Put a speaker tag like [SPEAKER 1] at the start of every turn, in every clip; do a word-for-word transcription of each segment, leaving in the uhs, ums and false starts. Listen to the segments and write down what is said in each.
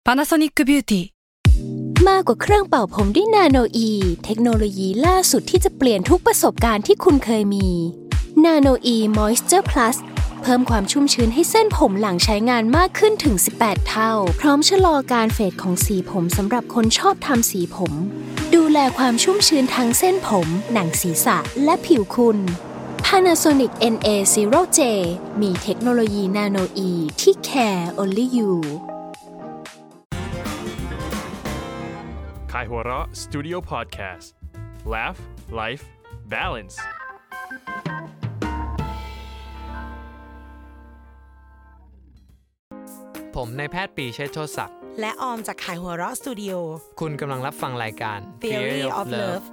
[SPEAKER 1] Panasonic Beauty
[SPEAKER 2] มากกว่าเครื่องเป่าผมด้วยนาโนอีเทคโนโลยีล่าสุดที่จะเปลี่ยนทุกประสบการณ์ที่คุณเคยมีนาโนอีมอยส์เจอร์พลัสเพิ่มความชุ่มชื้นให้เส้นผมหลังใช้งานมากขึ้นถึงสิบแปดเท่าพร้อมชะลอการเฟดของสีผมสำหรับคนชอบทำสีผมดูแลความชุ่มชื้นทั้งเส้นผมหนังศีรษะและผิวคุณ Panasonic เอ็น เอ ศูนย์ เจ มีเทคโนโลยีนาโนอีที่ care only you
[SPEAKER 3] Kaihura Studio Podcast Laugh Life Balance
[SPEAKER 4] ผมนายแพทย์ปีเชษฐ์โชติศักดิ์
[SPEAKER 5] และออมจากขายหัวเราะสตูดิโอ
[SPEAKER 4] คุณกำลังรับฟังรายการ
[SPEAKER 5] Theory of Love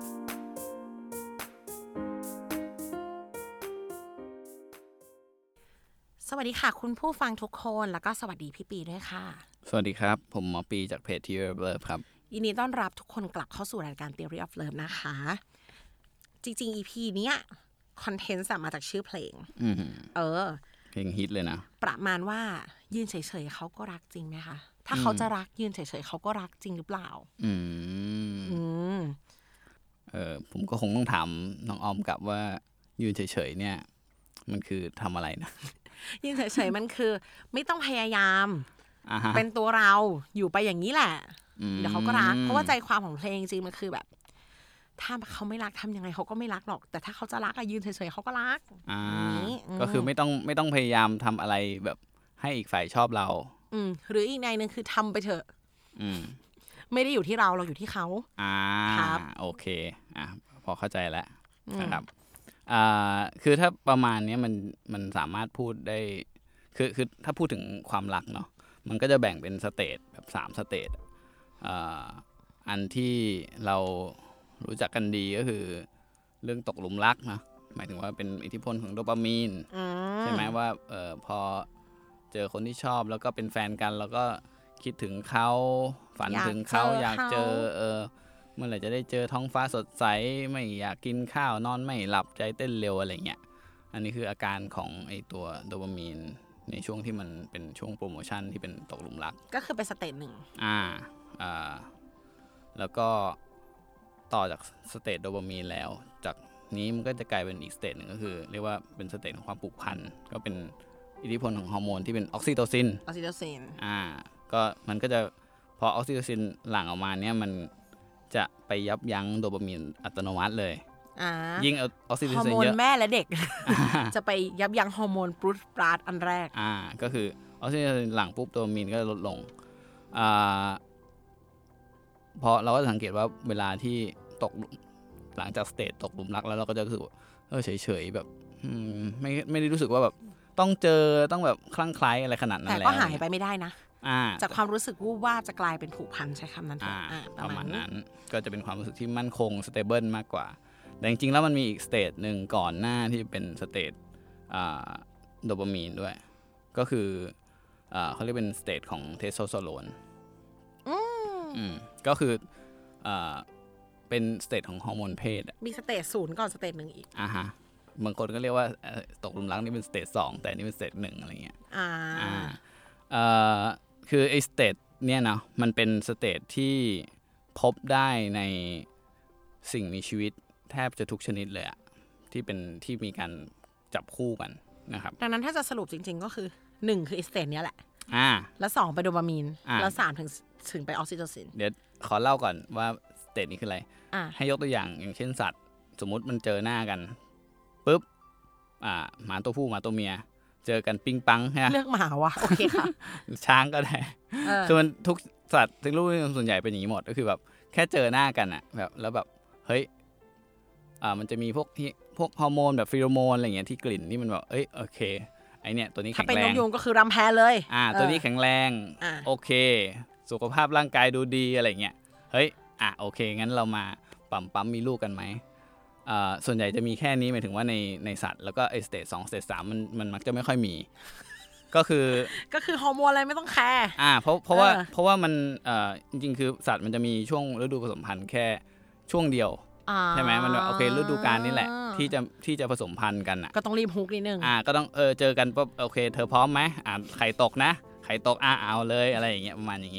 [SPEAKER 5] สวัสดีค่ะคุณผู้ฟังทุกคนแล้วก็สวัสดีพี่ปีด้วยค่ะ
[SPEAKER 6] สวัสดีครับผมหมอปีจากเพจ Theory of Love ครับ
[SPEAKER 5] ยินดีต้อนรับทุกคนกลับเข้าสู่รายการ Theory of Love นะคะจริงๆ อี พี เนี้ยคอนเทนต์มาจากชื่อเพลงเออ
[SPEAKER 6] เพลงฮิตเลยนะ
[SPEAKER 5] ประมาณว่ายืนเฉยๆเขาก็รักจริงไหมคะถ้าเขาจะรักยืนเฉยๆเขาก็รักจริงหรือเปล่า
[SPEAKER 6] อืมอืมเออผมก็คงต้องถามน้องออมกลับว่ายืนเฉยๆเนี่ยมันคือทำอะไรนะ
[SPEAKER 5] ยืนเฉยๆมันคือไม่ต้องพยายามเป็นตัวเราอยู่ไปอย่างนี้แหละเดี๋ยวเขาก็รักเพราะว่าใจความของเพลงจริงมันคือแบบถ้าเขาไม่รักทำยังไงเขาก็ไม่รักหรอกแต่ถ้าเขาจะรักอะยืนเฉยๆเขาก็รัก
[SPEAKER 6] อ่าก็คือไม่ต้องไม่ต้องพยายามทำอะไรแบบให้อีกฝ่ายชอบเรา
[SPEAKER 5] อืมหรืออีกในนึงคือทำไปเถอะอืมไม่ได้อยู่ที่เราเราอยู่ที่เขา
[SPEAKER 6] อ่าครับโอเคอ่ะพอเข้าใจแล้วนะครับอ่าคือถ้าประมาณนี้มันมันสามารถพูดได้คือคือถ้าพูดถึงความรักเนาะมันก็จะแบ่งเป็นสเตจแบบสามสเตจอ่าอันที่เรารู้จักกันดีก็คือเรื่องตกหลุมรักนะหมายถึงว่าเป็นอิทธิพลของโดปามีนใช่ไหมว่าเออพอเจอคนที่ชอบแล้วก็เป็นแฟนกันแล้วก็คิดถึงเขาฝันถึงเขาอยากเจอเออเมื่อไหร่จะได้เจอท้องฟ้าสดใสไม่อยากกินข้าวนอนไม่หลับใจเต้นเร็วอะไรเงี้ยอันนี้คืออาการของไอตัวโดปามีนในช่วงที่มันเป็นช่วงโปรโมชั่นที่เป็นตกหลุมรัก
[SPEAKER 5] ก็คือเป็นสเตจหนึ่ง
[SPEAKER 6] อ่าอ่าแล้วก็ต่อจากสเตจโดปามีนแล้วจากนี้มันก็จะกลายเป็นอีกสเตจหนึ่งก็คือเรียกว่าเป็นสเตจของความผูกพันก็เป็นอิทธิพลของฮอร์โมนที่เป็นออกซิโทซิน
[SPEAKER 5] ออกซิโทซิน
[SPEAKER 6] อ่าก็มันก็จะพอออกซิโทซินหลั่งออกมาเนี่ยมันจะไปยับยั้งโดปามีนอัตโนมัติเลย
[SPEAKER 5] อ่า
[SPEAKER 6] ยิ่งออกซิโทซิน
[SPEAKER 5] เยอะฮอร์โมนแม่และเด็ก จะไปยับยั้งฮอร์โมนปรุดปราดอันแรก
[SPEAKER 6] อ่าก็คือออกซิโทซินหลั่งปุ๊บโดปามีนก็ลดลงอ่าพอเราก็สังเกตว่าเวลาที่ตกหลังจากสเตจตกหลุมรักแล้วเราก็จะรู้สึกว่าเออเฉยๆแบบไม่ไม่ได้รู้สึกว่าแบบต้องเจอต้องแบบคลั่งไคล้อะไรขนาดนั้น
[SPEAKER 5] แล้วแต่ก็หายไปไม่ได้นะจากความรู้สึกวูบวาบจะกลายเป็นผูกพันใช้คำนั้น
[SPEAKER 6] ประมาณนั้นก็จะเป็นความรู้สึกที่มั่นคงสเตเบิลมากกว่าแต่จริงๆแล้วมันมีอีกสเตจหนึ่งก่อนหน้าที่เป็นสเตจโดปามีนด้วยก็คือเขาเรียกเป็นสเตจของเทสโทสเตอโรนก็คือเป็นสเตจของฮอร์โมนเพศ
[SPEAKER 5] มีสเตจศูนย์ก่อนสเตจหนึ่งอีก
[SPEAKER 6] อ่าฮะบางคนก็เรียกว่าตกหลุมรักนี่เป็นสเตจสองแต่นี่เป็นสเตจหนึ่งอะไรเงี้ยอ่าอ่าคือไอ้สเตจเนี่ยเนาะมันเป็นสเตจที่พบได้ในสิ่งมีชีวิตแทบจะทุกชนิดเลยอะที่เป็นที่มีการจับคู่กันนะครับ
[SPEAKER 5] ดังนั้นถ้าจะสรุปจริงๆก็คือหนึ่งคือสเตจเนี้ยแหละ
[SPEAKER 6] อ่า
[SPEAKER 5] แล้วสองไปโดปามีนแล้วสามถึงถึงไปออกซิโทซิน
[SPEAKER 6] เดี๋ยวขอเล่าก่อนว่าสเตจนี้คืออะไรให้ยกตัวอย่างอย่างเช่นสัตว์สมมุติมันเจอหน้ากันปุ๊บอ่าหมาตัวผู้หมาตัวเมียเจอกันปิ๊งปังใช่ไหม
[SPEAKER 5] เลือกหมาว่ะโอเคค่ะ
[SPEAKER 6] ช้างก็ได้คือมันทุกสัตว์ทุกรูปส่วนใหญ่เป็นอย่างนี้หมดก็คือแบบแค่เจอหน้ากันอ่ะแบบแล้วแบบเฮ้ยอ่ามันจะมีพวกพวกฮอร์โมนแบบฟีโรโมนอะไรเงี้ยที่กลิ่นนี่มันแบบเอ้ยโอเคไอเนี้ยตัวนี้แข็งแรงถ้า
[SPEAKER 5] เป็นนกยูงก็คือรำแพเลย
[SPEAKER 6] อ่าตัวนี้แข็งแรงโอเคสุขภาพร่างกายดูดีอะไรเงี้ยเฮ้ยอ่ะโอเคงั้นเรามาปั๊มปั๊มมีลูกกันไหมอ่าส่วนใหญ่จะมีแค่นี้หมายถึงว่าในในสัตว์แล้วก็ไอสเตจสองสเตจสามมันมันมักจะไม่ค่อยมีก็คือ
[SPEAKER 5] ก็คือฮอร์โมนอะไรไม่ต้องแคร์
[SPEAKER 6] อ่าเพราะเพราะว่าเพราะว่ามันเอ่อจริงๆคือสัตว์มันจะมีช่วงฤดูผสมพันธุ์แค่ช่วงเดียวใช่ไหมมันโอเคฤดูกาลนี่แหละที่จะที่จะผสมพันธุ์กันอ่ะ
[SPEAKER 5] ก็ต้องรีบฮุกนิดนึง
[SPEAKER 6] อ่าก็ต้องเออเจอกันปุ๊บโอเคเธอพร้อมไหมอ่าไข่ตกนะไข่ตกอ่าเอาเลยอะไรอย่างเงี้ยประมาณอย่างงี้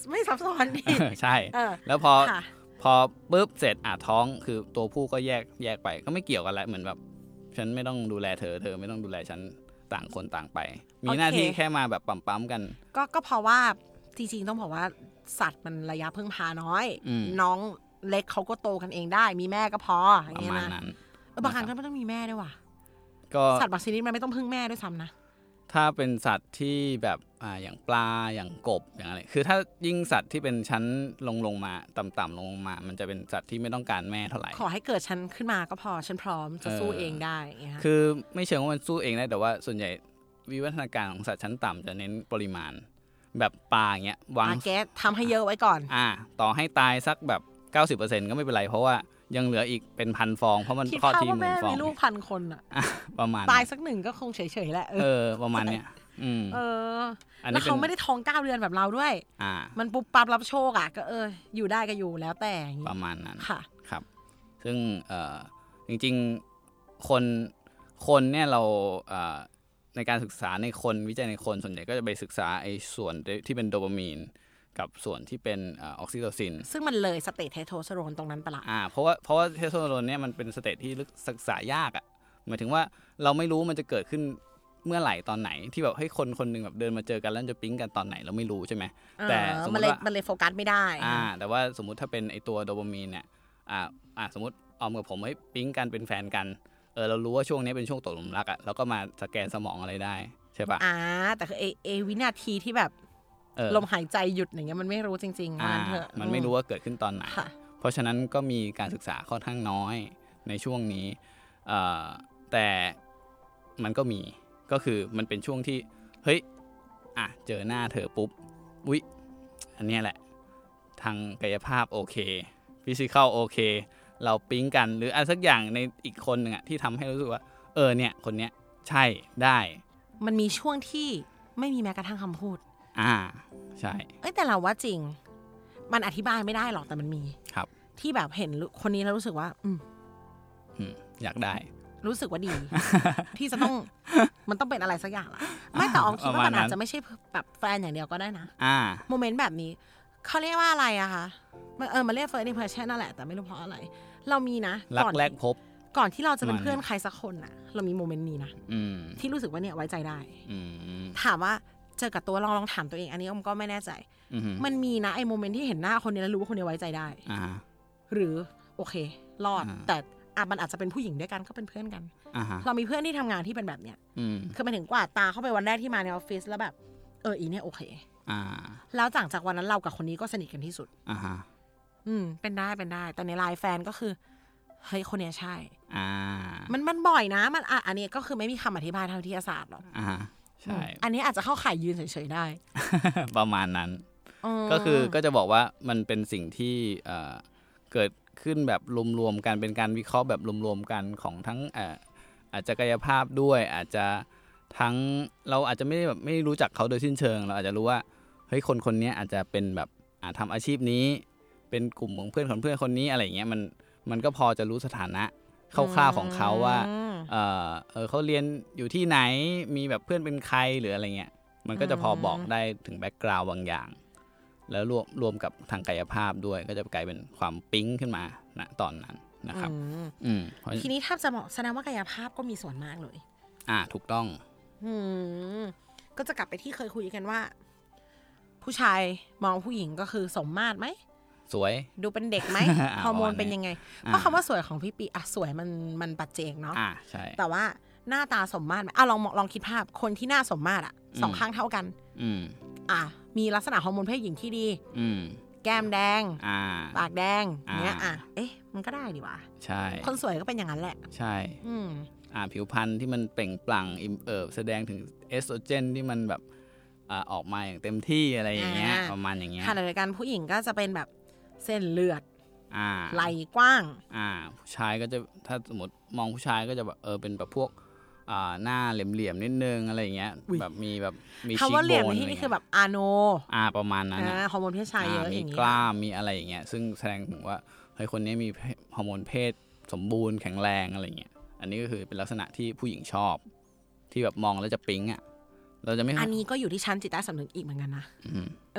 [SPEAKER 5] ไม่ซับซ้อนดิ
[SPEAKER 6] ใช่แล้วพอพอปุ๊บเสร็จอ่ะท้องคือตัวผู้ก็แยกแยกไปก็ไม่เกี่ยวกันแล้วเหมือนแบบฉันไม่ต้องดูแลเธอเธอไม่ต้องดูแลฉันต่างคนต่างไปมีหน้าที่แค่มาแบบปั๊มๆกัน
[SPEAKER 5] ก็ก็เพราะว่าจริงๆต้องบอกว่าสัตว์มันระยะพึ่งพาน้อยน้องเล็กเขาก็โตกันเองได้มีแม่ก็พออย่างเงี้ยนะบางครั้งก็ไม่ต้องมีแม่ด้วยว่ะก็สัตว์บางชนิดมันไม่ต้องพึ่งแม่ด้วยซ้ำนะ
[SPEAKER 6] ถ้าเป็นสัตว์ที่แบบอ่าอย่างปลาอย่างกบอย่างอะไรคือถ้ายิ่งสัตว์ที่เป็นชั้นลงลงมาต่ำๆลงมามันจะเป็นสัตว์ที่ไม่ต้องการแม่เท่าไหร่
[SPEAKER 5] ขอให้เกิดฉันขึ้นมาก็พอฉันพร้อมจะสู้เองได้
[SPEAKER 6] คือไม่เชิงว่ามันสู้เองได้แต่ว่าส่วนใหญ่วิวัฒนาการของสัตว์ชั้นต่ำจะเน้นปริมาณแบบปลาอย่างเงี้ยวาง
[SPEAKER 5] แก๊สทำให้เยอะไว้ก่อน
[SPEAKER 6] อ่าต่อให้ตายสักแบบ เก้าสิบเปอร์เซ็นต์ ก็ไม่เป็นไรเพราะว่ายังเหลืออีกเป็นพันฟองเพราะมันคลอดที่หมื่นฟอง
[SPEAKER 5] มีลูกพันคนอ่ะ
[SPEAKER 6] ประมาณ
[SPEAKER 5] ตายสักหนึ่งก็คงเฉยๆแหละ
[SPEAKER 6] เออประมาณเนี้ยอืม
[SPEAKER 5] เออแล้วเขาไม่ได้ท้องเก้าเดือนแบบเราด้วยอ่ามันปุ๊บปั๊บรับโชคอ่ะก็เอออยู่ได้ก็อยู่แล้วแต่
[SPEAKER 6] ประมาณนั้น
[SPEAKER 5] ค่ะ
[SPEAKER 6] ครับซึ่งเอ่อจริงๆคนคนเนี่ยเราเอ่อในการศึกษาในคนวิจัยในคนส่วนใหญ่ก็จะไปศึกษาไอ้ส่วนที่เป็นโดปามีนกับส่วนที่เป็นออกซิโทซิน
[SPEAKER 5] ซึ่งมันเลยสเตทเทสโทสเตอโรนตรงนั้นไปละ
[SPEAKER 6] อ่าเพราะว่าเพราะว่าเทสโทสเตอโรนเนี่ยมันเป็นสเตทที่ศึกษายากอ่ะหมายถึงว่าเราไม่รู้มันจะเกิดขึ้นเมื่อไหร่ตอนไหนที่แบบให้คนคนนึงแบบเดินมาเจอกันแล้วจะปิ๊งกันตอนไหนเราไม่รู้ใช่ไหมแต่
[SPEAKER 5] สมมติว่ามันเลยโฟกัสไม่ได้
[SPEAKER 6] อ่าแต่ว่าสมมุติถ้าเป็นไอตัวโดปามีนเนี่ยอ่าอ่าสมมติออมกับผมให้ปิ๊งกันเป็นแฟนกันเออเรารู้ว่าช่วงนี้เป็นช่วงตกหลุมรักอ่ะเราก็มาสแกนสมองอะไรได้ใช่ปะ
[SPEAKER 5] อ่าแต่คือเอเอวินาทีที่แบบลมหายใจหยุดอย่างเงี้ยมันไม่รู้จริงๆมันเถอะ
[SPEAKER 6] มันไม่รู้ว่าเกิดขึ้นตอนไหนเพราะฉะนั้นก็มีการศึกษาค่อนข้างน้อยในช่วงนี้แต่มันก็มีก็คือมันเป็นช่วงที่เฮ้ยอ่ะเจอหน้าเธอปุ๊บอุ๊ยอันนี้แหละทางกายภาพโอเคฟิสิกอลโอเคเราปิ๊งกันหรืออะไรสักอย่างในอีกคนหนึ่งอะที่ทำให้รู้สึกว่าเออเนี่ยคนเนี้ยใช่ได้
[SPEAKER 5] มันมีช่วงที่ไม่มีแม้กระทั่งคำพูด
[SPEAKER 6] อ่าใช่
[SPEAKER 5] เอ้ยแต่เราว่าจริงมันอธิบายไม่ได้หรอกแต่มันมี
[SPEAKER 6] ครับ
[SPEAKER 5] ที่แบบเห็นคนนี้แล้วรู้สึกว่าอืม
[SPEAKER 6] อยากได้
[SPEAKER 5] รู้สึกว่าดี ที่จะต้องมันต้องเป็นอะไรสักอย่างละไม่แต่ออมคิดว่ามันอาจจะไม่ใช่แบบแฟนอย่างเดียวก็ได้นะโมเมนต์แบบนี้เขาเรียกว่าอะไรอะคะเออมาเรียก first impression นั่นแหละแต่ไม่รู้เพราะอะไรเรามีนะ
[SPEAKER 6] ก่อนแรกพบ
[SPEAKER 5] ก่อนที่เราจะเป็นเพื่อนใครสักคนอะเรามีโมเมนต์นี้นะที่รู้สึกว่าเนี่ยไว้ใจได้ถามว่าเจอกับตัวลองลองถามตัวเองอันนี้ออมก็ไม่แน่ใจมันมีนะไอ้โมเมนต์ที่เห็นหน้าคนนี้แล้วรู้ว่าคนนี้ไว้ใจได้หรือโอเครอดแต่อ่ะมันอาจจะเป็นผู้หญิงด้วยกันก็เป็นเพื่อนกันเรามีเพื่อนที่ทำงานที่เป็นแบบเนี้ยคือมาถึงกว่าตาเข้าไปวันแรกที่มาในออฟฟิศแล้วแบบเอออีเนี่ยโอเคแล้วจากจากวันนั้นเรากับคนนี้ก็สนิทกันที่สุดอืมเป็นได้เป็นได้แต่ในไลน์แฟนก็คือเฮ้ยคนเนี้ยใช่มันมันบ่อยนะมันอ่ะอันนี้ก็คือไม่มีคำอธิบายทางวิทยาศาสตร์หรอก
[SPEAKER 6] ใช่
[SPEAKER 5] อันนี้อาจจะเข้าข่ายยืนเฉยๆได้
[SPEAKER 6] ประมาณนั้นก็คือก็จะบอกว่ามันเป็นสิ่งที่เกิดขึ้นแบบรวมๆกันเป็นการวิเคราะห์แบบรวมๆกันของทั้งอาจจะกายภาพด้วยอาจจะทั้งเราอาจจะไม่ได้แบบไม่รู้จักเขาโดยสิ้นเชิงเราอาจจะรู้ว่าเฮ้ยคนคนนี้อาจจะเป็นแบบทำอาชีพนี้เป็นกลุ่มของเพื่อนของเพื่อนคนนี้อะไรอย่างเงี้ยมันมันก็พอจะรู้สถานะคร่าวๆของเขาว่าเออเขาเรียนอยู่ที่ไหนมีแบบเพื่อนเป็นใครหรืออะไรเงี้ยมันก็จะพอบอกได้ถึงแบ็คกราวด์บางอย่างแล้วรวมรวมกับทางกายภาพด้วยก็จะกลายเป็นความปิ๊งขึ้นมาณตอนนั้นนะครับ
[SPEAKER 5] ทีนี้ถ้าจะบอกแสดงว่ากายภาพก็มีส่วนมากเลย
[SPEAKER 6] อ่าถูกต้อง
[SPEAKER 5] อืมก็จะกลับไปที่เคยคุยกันว่าผู้ชายมองผู้หญิงก็คือสมมาตรไหม
[SPEAKER 6] สวย
[SPEAKER 5] ดูเป็นเด็กไหมฮอร์โมนเป็นยังไงเพราะคำว่าสวยของพี่ปีอ่ะสวยมันมันปัจเจกเนาะ
[SPEAKER 6] อ่าใช่
[SPEAKER 5] แต่ว่าหน้าตาสมมาตรไหมอ่ะลองลองคิดภาพคนที่หน้าสมมาตรอ่ะสองข้างเท่ากัน
[SPEAKER 6] อืม
[SPEAKER 5] อ่ะมีลักษณะฮอร์โมนเพศหญิงที่ดี
[SPEAKER 6] อืม
[SPEAKER 5] แก้มแดง
[SPEAKER 6] อ่า
[SPEAKER 5] ปากแดงเนี้ยอ่ะเอ๊ะมันก็ได้ดีว่ะ
[SPEAKER 6] ใช่
[SPEAKER 5] คนสวยก็เป็นอย่างนั้นแหละ
[SPEAKER 6] ใช่
[SPEAKER 5] อืม
[SPEAKER 6] อ่าผิวพรรณที่มันเปล่งปลั่งอิ่มเอิบแสดงถึงเอสโตรเจนที่มันแบบอ่าออกมาอย่างเต็มที่อะไรอย่างเงี้ยประมาณอย่างเงี้ย
[SPEAKER 5] ขณะเดียวกันผู้หญิงก็จะเป็นแบบเส้นเลือด
[SPEAKER 6] อ่า
[SPEAKER 5] ไหล่กว้าง
[SPEAKER 6] อ่าผู้ชายก็จะถ้าสมมติมองผู้ชายก็จะแบบเออเป็นแบบพวกอ่าหน้าเหลี่ยมๆนิดนึงอะไรอย่างเงี้ยแบบมีแบบมีชีกโบนคำว่าเหลี่ยม
[SPEAKER 5] ที่นี่คือแบบอาโน
[SPEAKER 6] อ่าประมาณนั้น
[SPEAKER 5] นะฮอร์โมนเพศชายเยอะอย่าง
[SPEAKER 6] งี้มีกล้ามมีอะไรอย่างเงี้ยซึ่งแสดงถึงว่าเฮ้ยคนนี้มีฮอร์โมนเพศสมบูรณ์แข็งแรงอะไรเงี้ยอันนี้ก็คือเป็นลักษณะที่ผู้หญิงชอบที่แบบมองแล้วจะปิ๊งอ่ะเราจะไม่
[SPEAKER 5] อันนี้ก็อยู่ที่ชั้นจิตใต้สำนึกอีกเหมือนกันนะเออ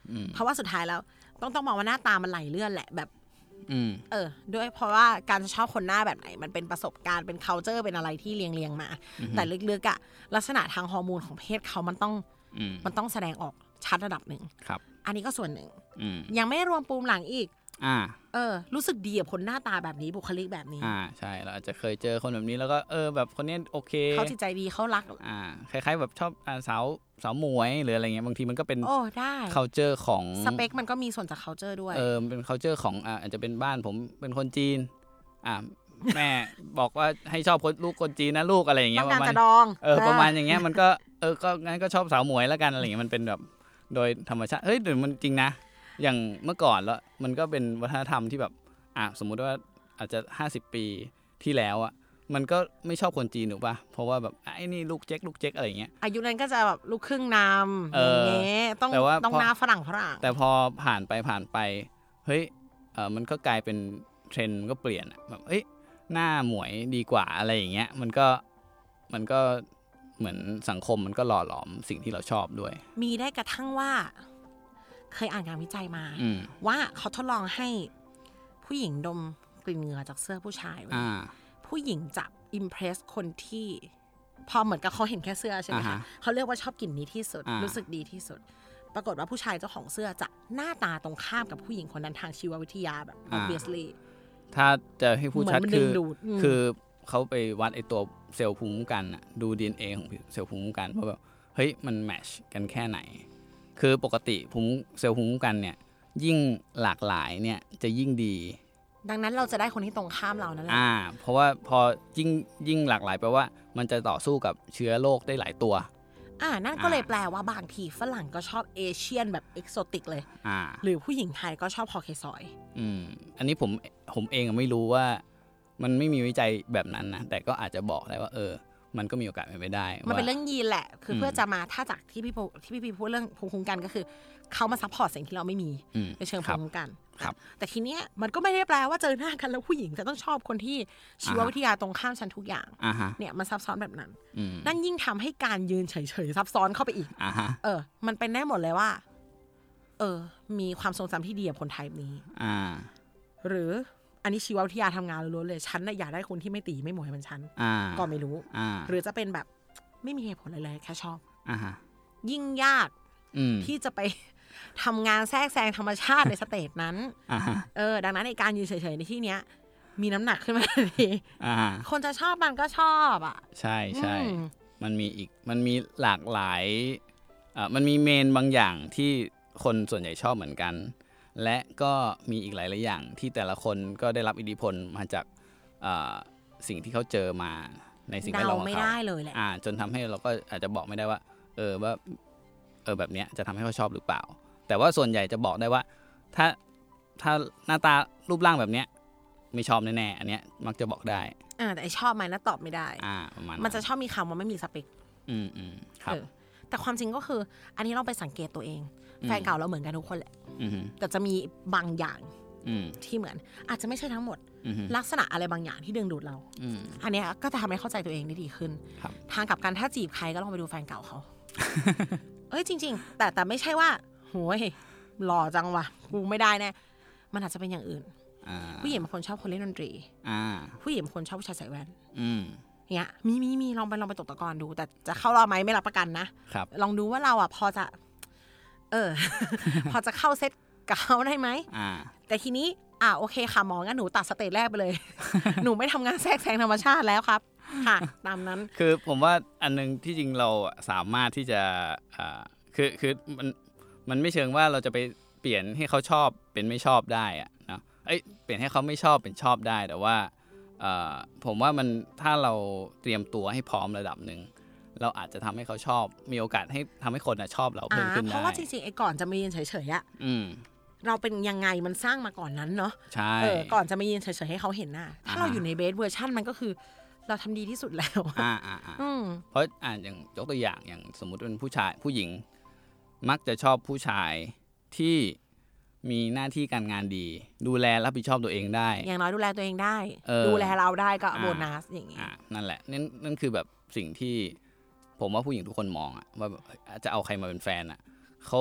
[SPEAKER 5] เพราะว่าสุดท้ายแล้วต้องต้องมองว่าหน้าตามันไหลเลื่อนแหละแบบเออด้วยเพราะว่าการจะชอบคนหน้าแบบไหนมันเป็นประสบการณ์เป็น culture เป็นอะไรที่เรียงๆมาแต่ลึกๆอะลักษณะทางฮอร์โมนของเพศเขามันต้องมันต้องแสดงออกชัดระดับหนึ่งอันนี้ก็ส่วนหนึ่งยังไม่รวมปูมหลังอีกอ่าเออรู้สึกดีกับคนหน้าตาแบบนี้บุคลิกแบบนี้
[SPEAKER 6] อ่าใช่เราอาจจะเคยเจอคนแบบนี้แล้วก็เออแบบคนนี้โอเค
[SPEAKER 5] เขาจิตใจดีเขารัก
[SPEAKER 6] อ่าคล้ายๆแบบชอบอ่าสาวสาวหมวยหรืออะไรเงี้ยบางทีมันก็เป็น
[SPEAKER 5] โอ้ได้
[SPEAKER 6] culture ของ
[SPEAKER 5] สเปคมันก็มีส่วนจาก culture ด้วย
[SPEAKER 6] เออเป็น culture ของอ่าอาจจะเป็นบ้านผมเป็นคนจีนอ่าแม่บอกว่าให้ชอบคนลูกคนจีนนะลูกอะไรอย่างเงี้ย
[SPEAKER 5] ประมาณ
[SPEAKER 6] เออประมาณอย่างเงี้ยมันก็เออก็งั้นก็ชอบสาวหมวยแล้วกันอะไรเงี้ยมันเป็นแบบโดยธรรมชาติเฮ้ยแต่มันจริงนะอย่างเมื่อก่อนแล้วมันก็เป็นวัฒนธรรมที่แบบอ่ะสมมุติว่าอาจจะห้าสิบปีที่แล้วอ่ะมันก็ไม่ชอบคนจีนหรือป่ะเพราะว่าแบบไอ้นี่ลูกเจ๊กลูกเจ๊กอะไรอย่างเงี้ย
[SPEAKER 5] อายุนั้นก็จะแบบลูกครึ่งนำอย่างเงี้ยต้องต้องหน้าฝรั่งฝรั่ง
[SPEAKER 6] แต่พอผ่านไปผ่านไปเฮ้ยเออมันก็กลายเป็นเทรนด์ก็เปลี่ยนแบบเอ้ยหน้าหมวยดีกว่าอะไรอย่างเงี้ยมันก็มันก็เหมือนสังคมมันก็หล่อหลอมสิ่งที่เราชอบด้วย
[SPEAKER 5] มีได้กระทั่งว่าเคยอ่านงานวิจัยมาว่าเขาทดลองให้ผู้หญิงดมกลิ่นเหงื่อจากเสื้อผู้ชายผู้หญิงจะอิมเพรสคนที่พอเหมือนกับเขาเห็นแค่เสื้อใช่ไหมคะเขาเรียกว่าชอบกลิ่นนี้ที่สุดรู้สึกดีที่สุดปรากฏว่าผู้ชายเจ้าของเสื้อจะหน้าตาตรงข้ามกับผู้หญิงคนนั้นทางชีววิทยาแบบ obviously
[SPEAKER 6] ถ้าจะให้พูดชัดคือคือเขาไปวัดไอตัวเซลล์ภูมิคุ้มกันอะดู ดี เอ็น เอ ของเซลล์ภูมิคุ้มกันว่าแบบเฮ้ยมันแมทช์กันแค่ไหนคือปกติภูมิเซลล์ภูมิคุ้มกันเนี่ยยิ่งหลากหลายเนี่ยจะยิ่งดี
[SPEAKER 5] ดังนั้นเราจะได้คนที่ตรงข้ามเรานั่นแหละ
[SPEAKER 6] อ่าเพราะว่าพอยิ่งยิ่งหลากหลายแปลว่ามันจะต่อสู้กับเชื้อโรคได้หลายตัว
[SPEAKER 5] อ่านั่นก็เลยแปลว่าบางทีฝรั่งก็ชอบเอเชียนแบบเอกโซติกเลยอ่าหรือผู้หญิงไทยก็ชอบคอเคซอย
[SPEAKER 6] อืมอันนี้ผมผมเองไม่รู้ว่ามันไม่มีวิจัยแบบนั้นนะแต่ก็อาจจะบอกได้ว่าเออมันก็มีโอกาสเป็นไปได้
[SPEAKER 5] มันเป็นเรื่องยีนแหละคือเพื่อจะมาถ้าจากที่พี่ที่พี่พูดเรื่องภูมิคุ้มกันก็คือเขามาซัพพอร์ตสิ่งที่เราไม่มีในเชิงภูมิคุ้มกันแต่ทีเนี้ยมันก็ไม่ได้แปลว่าเจอหน้ากันแล้วผู้หญิงจะต้องชอบคนที่ชีววิทยาตรงข้ามฉันทุกอย่างเนี่ยมันซับซ้อนแบบนั้นนั่นยิ่งทำให้การยืนเฉยๆซับซ้อนเข้าไปอีกเออมันเป็นได้หมดเลยว่าเออมีความทรงจำที่ดีกับคนไทยนี้หรืออันนี้ชีววิทยาทำงานล้วนเลยฉันน่ะอยากได้คนที่ไม่ตีไม่หมวยเหมือนฉันก็ไม่รู้หรือจะเป็นแบบไม่มีเหตุผลอะไรเลยแค่ชอบยิ่งยากที่จะไปทำงานแทรกแซงธรรมชาติในสเตจนั้นเออดังนั้นในการยืนเฉยๆในที่เนี้ยมีน้ำหนักขึ้นมาทันทีคนจะชอบมันก็ชอบอ่ะ
[SPEAKER 6] ใช่ใช่มันมีอีกมันมีหลากหลายอ่ามันมีเมนบางอย่างที่คนส่วนใหญ่ชอบเหมือนกันและก็มีอีกหลายๆอย่างที่แต่ละคนก็ได้รับอิทธิพลมาจากสิ่งที่เขาเจอมาในสิ่งแวดล้อมของเขาไม่
[SPEAKER 5] ได้เลยแหละ
[SPEAKER 6] จนทำให้เราก็อาจจะบอกไม่ได้ว่าเออว่าเออแบบเนี้ยจะทำให้เขาชอบหรือเปล่าแต่ว่าส่วนใหญ่จะบอกได้ว่าถ้าถ้าหน้าตารูปร่างแบบเนี้ยไม่ชอบแน่ๆอันเนี้ยมักจะบอกได้
[SPEAKER 5] อ่าแต่ไอชอบไหมน่าตอบไม่ได้
[SPEAKER 6] อ่าประมาณ
[SPEAKER 5] มันจะชอบมีคำว่าไม่มีสเปค
[SPEAKER 6] อืมอืมครับ
[SPEAKER 5] แต่ความจริงก็คืออันนี้เราไปสังเกตตัวเองแฟนเก่าเราเหมือนกันทุกคนแหละแต่จะมีบางอย่างที่เหมือนอาจจะไม่ใช่ทั้งหมดลักษณะอะไรบางอย่างที่ดึงดูดเราอันนี้ก็จะทำให้เข้าใจตัวเองได้ดีขึ้นทางกับการถ้าจีบใครก็ลองไปดูแฟนเก่าเขาเอ้ยจริงๆแต่แต่ไม่ใช่ว่าโหยหล่อจังวะกูไม่ได้แน่มันอาจจะเป็นอย่างอื่นผู้หญิงบางคนชอบคนเล่นดนตรีผู้หญิงบางคนชอบผู้ชายใส่แว่นเนี่ยมีมีมีลองไปลองไปตกตะกอนดูแต่จะเข้ารอบไหมไม่รับประกันนะลองดูว่าเราอ่ะพอจะเออ พอจะเข้าเซตกับเขาได้ไหมแต่ทีนี้อ่าโอเคค่ะหมองั้นหนูตัดสเตจแรกไปเลย หนูไม่ทำงานแทรกแซงธรรมชาติแล้วครับค่ะตามนั้น
[SPEAKER 6] คือผมว่าอันนึงที่จริงเราสามารถที่จะอ่าคือคือมันมันไม่เชิงว่าเราจะไปเปลี่ยนให้เขาชอบเป็นไม่ชอบได้อะเนาะเอ้ยเปลี่ยนให้เขาไม่ชอบเป็นชอบได้แต่ว่าอ่าผมว่ามันถ้าเราเตรียมตัวให้พร้อมระดับนึงเราอาจจะทำให้เขาชอบมีโอกาสให้ทำให้คนชอบเราเพิ่มขึ้นได้
[SPEAKER 5] เพราะว่าจริงๆไอ้ก่อนจะมายืนเฉยๆอ่ะเราเป็นยังไงมันสร้างมาก่อนนั้นเนาะ
[SPEAKER 6] ใช่
[SPEAKER 5] ก่อนจะมายืนเฉยๆให้เขาเห็นหน้าถ้าเราอยู่ในเบสเวอร์ชันมันก็คือเราทำดีที่สุดแล้ว
[SPEAKER 6] อ่าอ่าเพราะอ่าอย่างยกตัวอย่างอย่างสมมุติเป็นผู้ชายผู้หญิงมักจะชอบผู้ชายที่มีหน้าที่การงานดีดูแลรับผิดชอบตัวเองได้
[SPEAKER 5] อย่างน้อยดูแลตัวเองได้ดูแลเราได้ก็โบนัสอย่างงี้
[SPEAKER 6] นั่นแหละนั่นนั่นคือแบบสิ่งที่ผมว่าผู้หญิงทุกคนมองอะว่าจะเอาใครมาเป็นแฟนอะเขา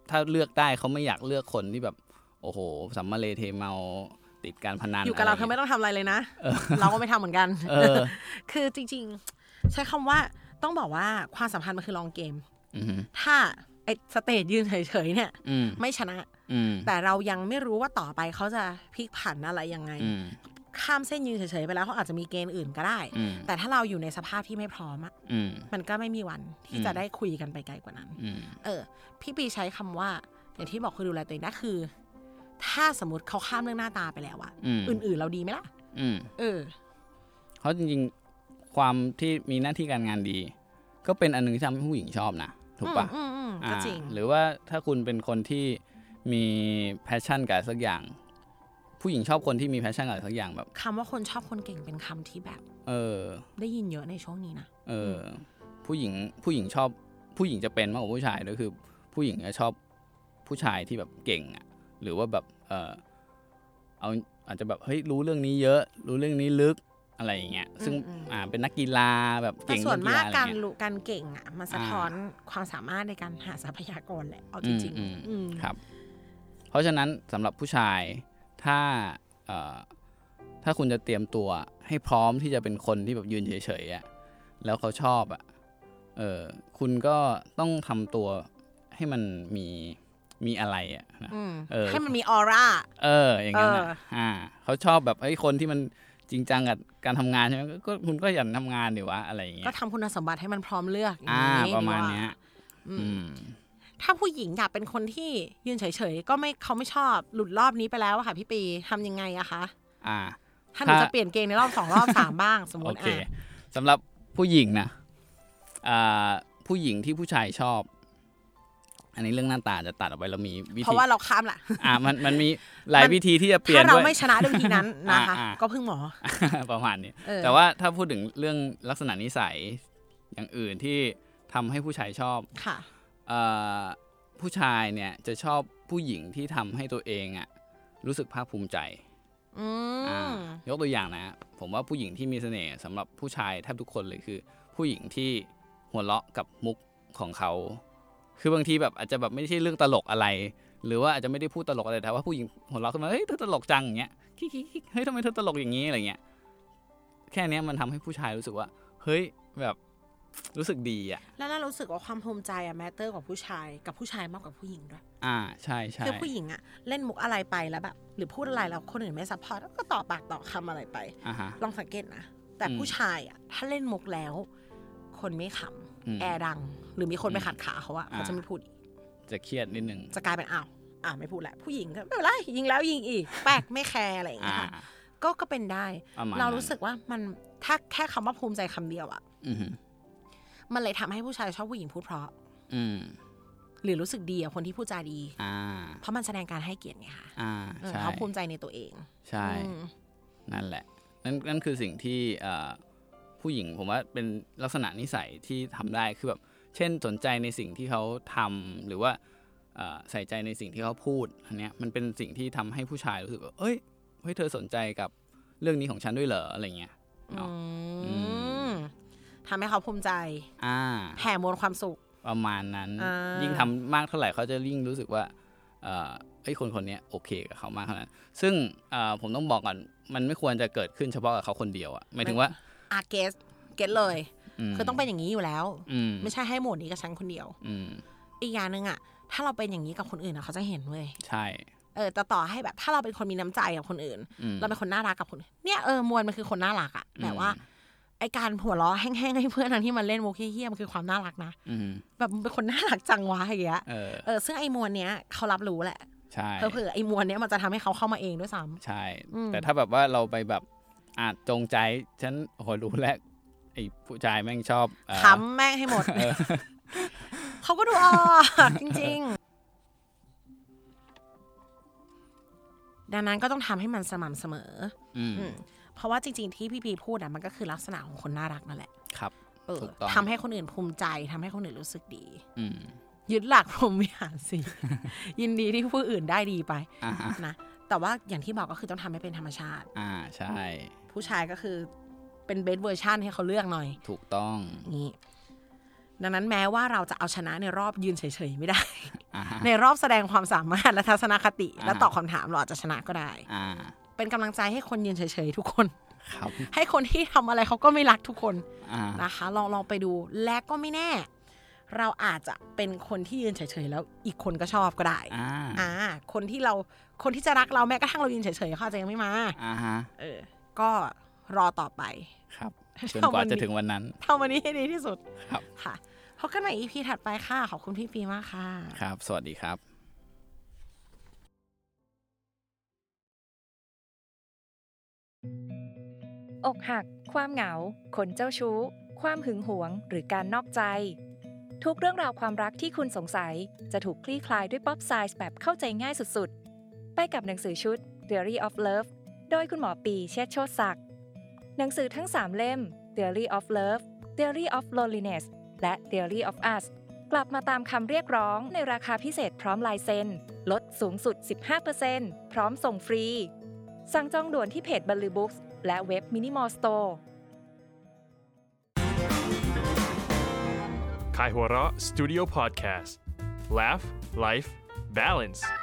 [SPEAKER 6] ถ้าเลือกได้เขาไม่อยากเลือกคนที่แบบโอ้โหสัมมาเลเทเมาติดการพนัน
[SPEAKER 5] อยู่กับเราเธอไม่ต้องทำอะไรเลยนะ เราก็ไม่ทำเหมือนกัน คือจริงๆใช้คำว่าต้องบอกว่าความสัมพันธ์มันคือลองเกมถ้าไอ้สเตจยืนเฉยๆเนี่ยไม่ชนะแต่เรายังไม่รู้ว่าต่อไปเขาจะพลิกผันอะไรยังไงข้ามเส้นยืนเฉยๆไปแล้วเขาอาจจะมีเกณฑ์อื่นก็ได้แต่ถ้าเราอยู่ในสภาพที่ไม่พร้อมอ่ะมันก็ไม่มีวันที่จะได้คุยกันไปไกลกว่านั้นเออพี่ปีใช้คำว่าอย่างที่บอกคือดูแลตัวเองนั่นคือถ้าสมมติเขาข้ามเรื่องหน้าตาไปแล้วอะอื่นๆเราดีไหมล่ะเออ
[SPEAKER 6] เพราะจริงๆความที่มีหน้าที่การงานดีก็เป็นอันนึงที่ทำให้ผู้หญิงชอบนะถูกปะ
[SPEAKER 5] ก็จริง
[SPEAKER 6] หรือว่าถ้าคุณเป็นคนที่มีแพชชั่นกับสักอย่างผู้หญิงชอบคนที่มีแพชชั่นกับสักอย่างแบบ
[SPEAKER 5] คำว่าคนชอบคนเก่งเป็นคำที่แบบ
[SPEAKER 6] เออ
[SPEAKER 5] ได้ยินเยอะในช่วงนี้นะ
[SPEAKER 6] เออผู้หญิงผู้หญิงชอบผู้หญิงจะเป็นมากกว่าผู้ชายด้วยคือผู้หญิงจะชอบผู้ชายที่แบบเก่งอ่ะหรือว่าแบบเออเอาอาจจะแบบเฮ้ยรู้เรื่องนี้เยอะรู้เรื่องนี้ลึกอะไรอย่างเงี้ยซึ่งอ่าเป็นนักกีฬาแบบเก่ง
[SPEAKER 5] ส่วนมากการรู้การเก่งอ่ะมันสะท้อนความสามารถในการหาทรัพยากรแหละเอาจริง
[SPEAKER 6] ๆครับเพราะฉะนั้นสำหรับผู้ชายถ้าเอ่อถ้าคุณจะเตรียมตัวให้พร้อมที่จะเป็นคนที่แบบยืนเฉยๆอ่ะแล้วเขาชอบอ่ะเออคุณก็ต้องทำตัวให้มันมีมีอะไรอ่ะนะ
[SPEAKER 5] เออให้มันมีออร่า
[SPEAKER 6] เอออย่างนั้นอ่ะอ่าเขาชอบแบบไอ้คนที่มันจริงจังกับการทำงานใช่ไหมก็คุณก็อย่าทำงานดิวะอะไรอย่างเงี้ย
[SPEAKER 5] ก็ทำคุณสมบัติให้มันพร้อมเลือก
[SPEAKER 6] อ่าประมาณเนี้ย
[SPEAKER 5] ถ้าผู้หญิงอยากเป็นคนที่ยืนเฉยๆก็ไม่เขาไม่ชอบหลุดรอบนี้ไปแล้วอะค่ะพี่ปีทำยังไงอะคะ
[SPEAKER 6] อ่า
[SPEAKER 5] ถ้าหนูจะเปลี่ยนเกณฑ์ในรอบสองรอบสามบ้างสมมติ
[SPEAKER 6] อ่ะสำหรับผู้หญิงนะอ่าผู้หญิงที่ผู้ชายชอบอันนี้เรื่องหน้าตาจะตัดออกไปเรามีวิธี
[SPEAKER 5] เพราะว่าเราข้ามแหละ
[SPEAKER 6] อ่ามันมันมีหลายวิธีที่จะเปลี่ยนด้วย
[SPEAKER 5] ถ้าเราไม่ชนะด้วยวิธีนั้นนะคะก็พึ่งหมอ
[SPEAKER 6] ประมาณนี้แต่ว่าถ้าพูดถึงเรื่องลักษณะนิสัยอย่างอื่นที่ทำให้ผู้ชายชอบ
[SPEAKER 5] ค่ะ
[SPEAKER 6] ผู้ชายเนี่ยจะชอบผู้หญิงที่ทำให้ตัวเองอ่ะรู้สึกภาคภูมิใจยกตัวอย่างนะผมว่าผู้หญิงที่มีเสน่ห์สำหรับผู้ชายแทบทุกคนเลยคือผู้หญิงที่หัวเราะกับมุกของเขาคือบางทีแบบอาจจะแบบไม่ใช่เรื่องตลกอะไรหรือว่าอาจจะไม่ได้พูดตลกอะไรแต่ว่าผู้หญิงหัวเราะขึ้นมาเฮ้ยเธอตลกจังอย่างเงี้ยเฮ้ยทำไมเธอตลกอย่างงี้อะไรเงี้ยแค่นี้มันทำให้ผู้ชายรู้สึกว่าเฮ้ยแบบรู้สึกดีอ่ะ
[SPEAKER 5] แล้วน่ารู้สึกว่าความภูมิใจอะแมตเตอร์กว่าผู้ชายกับผู้ชายมากกว่าผู้หญิงด้วย
[SPEAKER 6] อ่าใช่ใช่
[SPEAKER 5] คือผู้หญิงอะเล่นมุกอะไรไปแล้วแบบหรือพูดอะไรแล้วคนอื่นไม่ซัพพอร์ตก็ต่อปากต่อคำอะไรไปลองสังเกตนะแต่ผู้ชายอะถ้าเล่นมุกแล้วคนไม่ขำแอร์ดังหรือมีคนไปขัดขาเขาอะเขาจะไม่พูด
[SPEAKER 6] จะเครียดนิดนึง
[SPEAKER 5] จะกลายเป็นอ้าวอ่าไม่พูดแหละผู้หญิงก็ไม่เป็นไรยิงแล้วยิงอีกแปลกไม่แคร์อะไรอย่างเงี้ยก็ก็เป็นได้เรารู้สึกว่ามันถ้าแค่คำว่าภูมิใจคำเดียวอะมันเลยทำให้ผู้ชายชอบผู้หญิงพูดเพราะหรือรู้สึกดีกับคนที่พูดจาดีเพราะมันแสดงการให้เกียรติไงคะเขาภูมิใจในตัวเอง
[SPEAKER 6] ใช่นั่นแหละนั่นนั่นคือสิ่งที่ผู้หญิงผมว่าเป็นลักษณะนิสัยที่ทำได้คือแบบเช่นสนใจในสิ่งที่เขาทำหรือว่าใส่ใจในสิ่งที่เขาพูดอันเนี้ยมันเป็นสิ่งที่ทำให้ผู้ชายรู้สึกว่าเอ้ยเฮ้ยเธอสนใจกับเรื่องนี้ของฉันด้วยเหรออะไรเงี้ย
[SPEAKER 5] ทำให้เขาภูมิใจแผ่มวลความสุข
[SPEAKER 6] ประมาณนั้นยิ่งทำมากเท่าไหร่เขาจะยิ่งรู้สึกว่าไอ้คนคนนี้โอเคกับเขามากเท่านั้นซึ่งผมต้องบอกก่อนมันไม่ควรจะเกิดขึ้นเฉพาะกับเขาคนเดียวอ่ะหมายถึงว่า
[SPEAKER 5] อาเกสเก็ตเลยคือต้องเป็นอย่างนี้อยู่แล้วไม่ใช่ให้โหมดนี้กับฉันคนเดียวอีกอย่างนึงอ่ะถ้าเราเป็นอย่างนี้กับคนอื่นเขาจะเห็นเว้ย
[SPEAKER 6] ใช่
[SPEAKER 5] เออแต่ต่อให้แบบถ้าเราเป็นคนมีน้ำใจกับคนอื่นเราเป็นคนน่ารักกับคนเนี่ยเออมวลมันคือคนน่ารักอ่ะแบบว่าไอการหัวเราะแห้งๆให้เพื่อนทั้งที่มันเล่นโมเคี้ยๆมันคือความน่ารักนะแบบมันเป็นคนน่ารักจังวะอย่างเงี้ยเออซึ่งไอมวลเนี้ยเขารับรู้แหละ
[SPEAKER 6] ใช่
[SPEAKER 5] เผื่อไอมวลเนี้ยมันจะทำให้เขาเข้ามาเองด้วยซ้
[SPEAKER 6] ำใช่แต่ถ้าแบบว่าเราไปแบบอาจจงใจฉันโหรู้แล้วไอผู้ชายแม่งชอบ
[SPEAKER 5] ขำแม่งให้หมดเขาก็ดูออกจริงๆดังนั้นก็ต้องทำให้มันสม่ำเสมอเพราะว่าจริงๆที่พี่ปีพูดอ่ะมันก็คือลักษณะของคนน่ารักนั่นแหละ
[SPEAKER 6] ครับ
[SPEAKER 5] เออทำให้คนอื่นภูมิใจทำให้คนอื่นรู้สึกดียึดหลักพรหมวิหารสียินดีที่ผู้อื่นได้ดีไปนะแต่ว่าอย่างที่บอกก็คือต้องทำให้เป็นธรรมชาติ
[SPEAKER 6] อ่าใช่
[SPEAKER 5] ผู้ชายก็คือเป็นเบสเวอร์ชันให้เขาเลือกหน่อย
[SPEAKER 6] ถูกต้อง
[SPEAKER 5] นี่ดังนั้นแม้ว่าเราจะเอาชนะในรอบยืนเฉยๆไม่ได้ ในรอบแสดงความสามารถและทัศนคติและตอบคำถามเราอาจจะชนะก็ได้เป็นกำลังใจให้คนยืนเฉยๆทุกคนให้คนที่ทำอะไรเขาก็ไม่รักทุกคนนะคะลองลองไปดูและก็ไม่แน่เราอาจจะเป็นคนที่ยืนเฉยๆแล้วอีกคนก็ชอบก็ได้อ่าคนที่เราคนที่จะรักเราแม้กระทั่งเรายืนเฉยๆเขาอาจจะยังไม่มาอ่าฮะเออก็รอต่อไป
[SPEAKER 6] ครับจนกว่าจะถึงวันนั้น
[SPEAKER 5] ทำวันนี้ให้ดีที่สุดครับค่ะพบกันใหม่ อี พี ถัดไปค่ะขอบคุณพี่ปีมากค่ะ
[SPEAKER 6] ครับสวัสดีครับ
[SPEAKER 1] อกหักความเหงาคนเจ้าชู้ความหึงหวงหรือการนอกใจทุกเรื่องราวความรักที่คุณสงสัยจะถูกคลี่คลายด้วยป๊อปไซส์แบบเข้าใจง่ายสุดๆไปกับหนังสือชุด Theory of Love โดยคุณหมอปีเชษฐ์โชติศักดิ์หนังสือทั้งสามเล่ม Theory of Love Theory of Loneliness และ Theory of Us กลับมาตามคำเรียกร้องในราคาพิเศษพร้อมลายเซ็นลดสูงสุด สิบห้าเปอร์เซ็นต์ พร้อมส่งฟรีสั่งจองด่วนที่เพจ Baloo Books และเว็บ Minimal Store
[SPEAKER 3] Kaihura Studio Podcast Laugh Life Balance